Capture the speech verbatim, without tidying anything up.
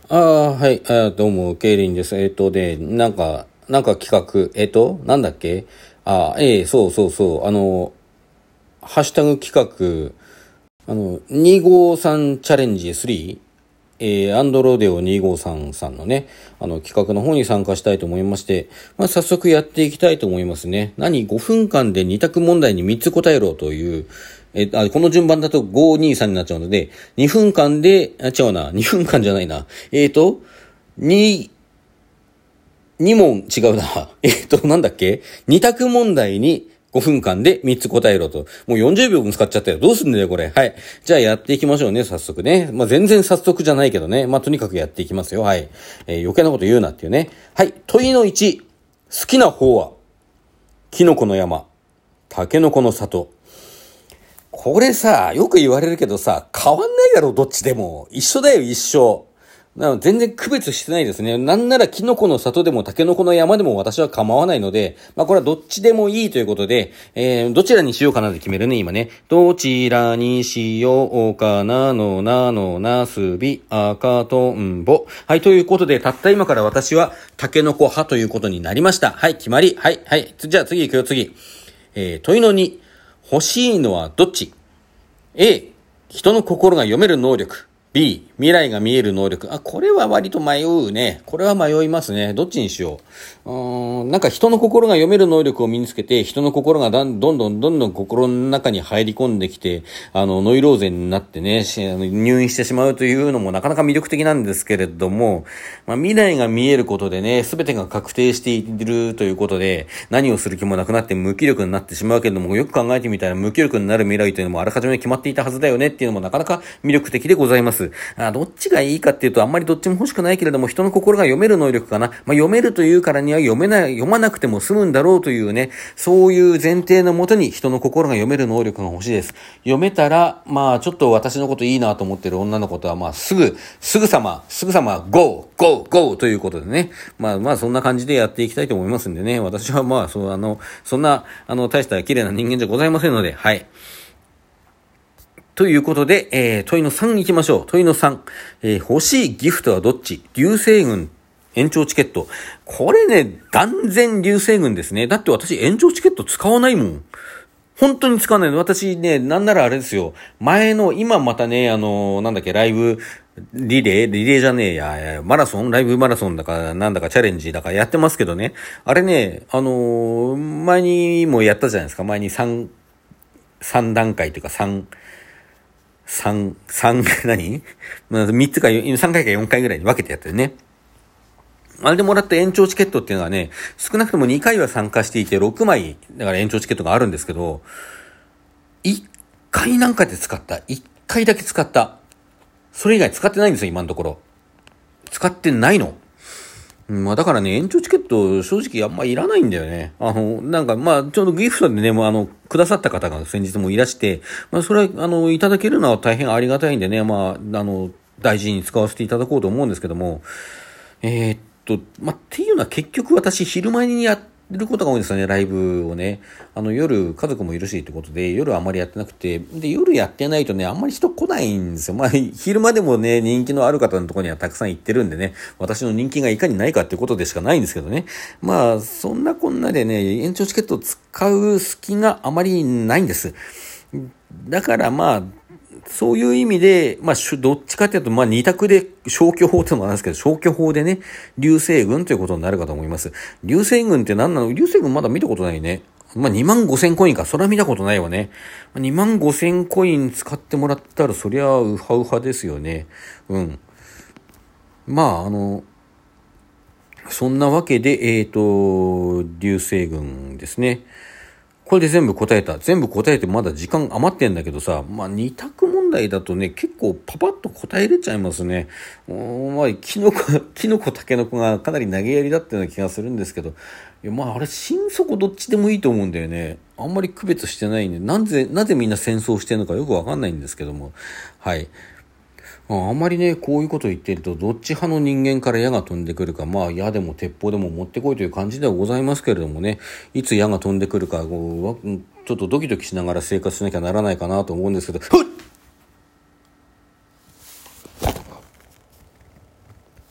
ああ、はい、あどうも、ケイリンです。えっ、とね、なんか、なんか企画、えっ、と、なんだっけああ、ええそうそうそう、あの、ハッシュタグ企画、あの、にごさんチャレンジさん、えー、アンドロデオにごさんさんのね、あの企画の方に参加したいと思いまして、まあ、早速やっていきたいと思いますね。何 ?ご 分間でに択問題にみっつ答えろという、えー、あこの順番だとご、に、さんになっちゃうので、にふんかんで、あ、違うな、にふんかんじゃないな。えーと、に、に問違うな。えーと、なんだっけ ?に 択問題にごふんかんでみっつ答えろと。もうよんじゅうびょうぶん使っちゃったよ。どうすんだよ、これ。はい。じゃあやっていきましょうね、早速ね。まあ、全然早速じゃないけどね。まあ、とにかくやっていきますよ。はい。えー、余計なこと言うなっていうね。はい。問いのいち。好きな方は、キノコの山、タケノコの里。これさ、よく言われるけどさ、変わんないだろ、どっちでも。一緒だよ、一緒。なの全然区別してないですね。なんならキノコの里でもタケノコの山でも私は構わないので、まあこれはどっちでもいいということで、えー、どちらにしようかなって決めるね、今ね。どちらにしようかなのなのなすび赤とんぼ。はい、ということで、たった今から私はタケノコ派ということになりました。はい、決まり。はい、はい。じゃあ次行くよ、次。えー、問いのに。欲しいのはどっち？ A、人の心が読める能力。B、未来が見える能力。あ、これは割と迷うね。これは迷いますね。どっちにしよう。うーん、なんか人の心が読める能力を身につけて、人の心がだんどんどんどんどん心の中に入り込んできて、あの、ノイローゼになってね、入院してしまうというのもなかなか魅力的なんですけれども、まあ、未来が見えることでね、すべてが確定しているということで、何をする気もなくなって無気力になってしまうけれども、よく考えてみたら無気力になる未来というのもあらかじめ決まっていたはずだよねっていうのもなかなか魅力的でございます。あ、どっちがいいかっていうと、あんまりどっちも欲しくないけれども、人の心が読める能力かな。まあ、読めるというからには読めない、読まなくても済むんだろうというね、そういう前提のもとに人の心が読める能力が欲しいです。読めたら、まあ、ちょっと私のこといいなと思ってる女の子とは、まあ、すぐ、すぐさま、すぐさま、ゴー、ゴー、ゴーということでね。まあ、まあ、そんな感じでやっていきたいと思いますんでね。私はまあ、そう、あの、そんな、あの、大した綺麗な人間じゃございませんので、はい。ということで、えー、問いのさん行きましょう。問いのさん。えー、欲しいギフトはどっち？流星群延長チケット。これね、断然流星群ですね。だって私延長チケット使わないもん。本当に使わないの。私ね、なんならあれですよ。前の、今またね、あのー、なんだっけ、ライブ、リレーリレーじゃねえや、マラソンライブマラソンだか、なんだかチャレンジだかやってますけどね。あれね、あのー、前にもやったじゃないですか。前に3、3段階というかさん、三、三、何三つか、三回か四回ぐらいに分けてやってるね。あれでもらった延長チケットっていうのはね、少なくともにかいは参加していて、ろくまい、だから延長チケットがあるんですけど、いっかいなんかで使った。いっかいだけ使った。それ以外使ってないんですよ、今のところ。使ってないの。まあだからね、延長チケット正直あんまいらないんだよね。あの、なんかまあちょうどギフトでね、もうあの、くださった方が先日もいらして、まあそれはあの、いただけるのは大変ありがたいんでね、まあ、あの、大事に使わせていただこうと思うんですけども、えー、っと、まあっていうのは結局私昼間にやって、ることが多いんですよね、ライブをね。あの、夜、家族もいるしってことで、夜あんまりやってなくて、で、夜やってないとね、あんまり人来ないんですよ。まあ、昼間でもね、人気のある方のところにはたくさん行ってるんでね、私の人気がいかにないかってことでしかないんですけどね。まあ、そんなこんなでね、延長チケットを使う隙があまりないんです。だからまあ、そういう意味で、まあ、どっちかっていうと、まあ、二択で消去法ってのもあるんですけど、消去法でね、流星群ということになるかと思います。流星群って何なの？流星群まだ見たことないね。まあ、にまんごせんコインか。それは見たことないわね。にまんごせんコイン使ってもらったら、そりゃ、ウハウハですよね。うん。まあ、あの、そんなわけで、えっと、流星群ですね。これで全部答えた。全部答えてまだ時間余ってんだけどさ、まあ二択問題だとね、結構パパッと答えれちゃいますね。まあ、キノコ、キノコ、タケノコがかなり投げやりだったような気がするんですけど、いやまああれ、心底どっちでもいいと思うんだよね。あんまり区別してないんで、なぜ、なぜみんな戦争してるのかよくわかんないんですけども。はい。あんまりね、こういうことを言ってると、どっち派の人間から矢が飛んでくるか、まあ矢でも鉄砲でも持ってこいという感じではございますけれどもね、いつ矢が飛んでくるか、こうちょっとドキドキしながら生活しなきゃならないかなと思うんですけど、ふっ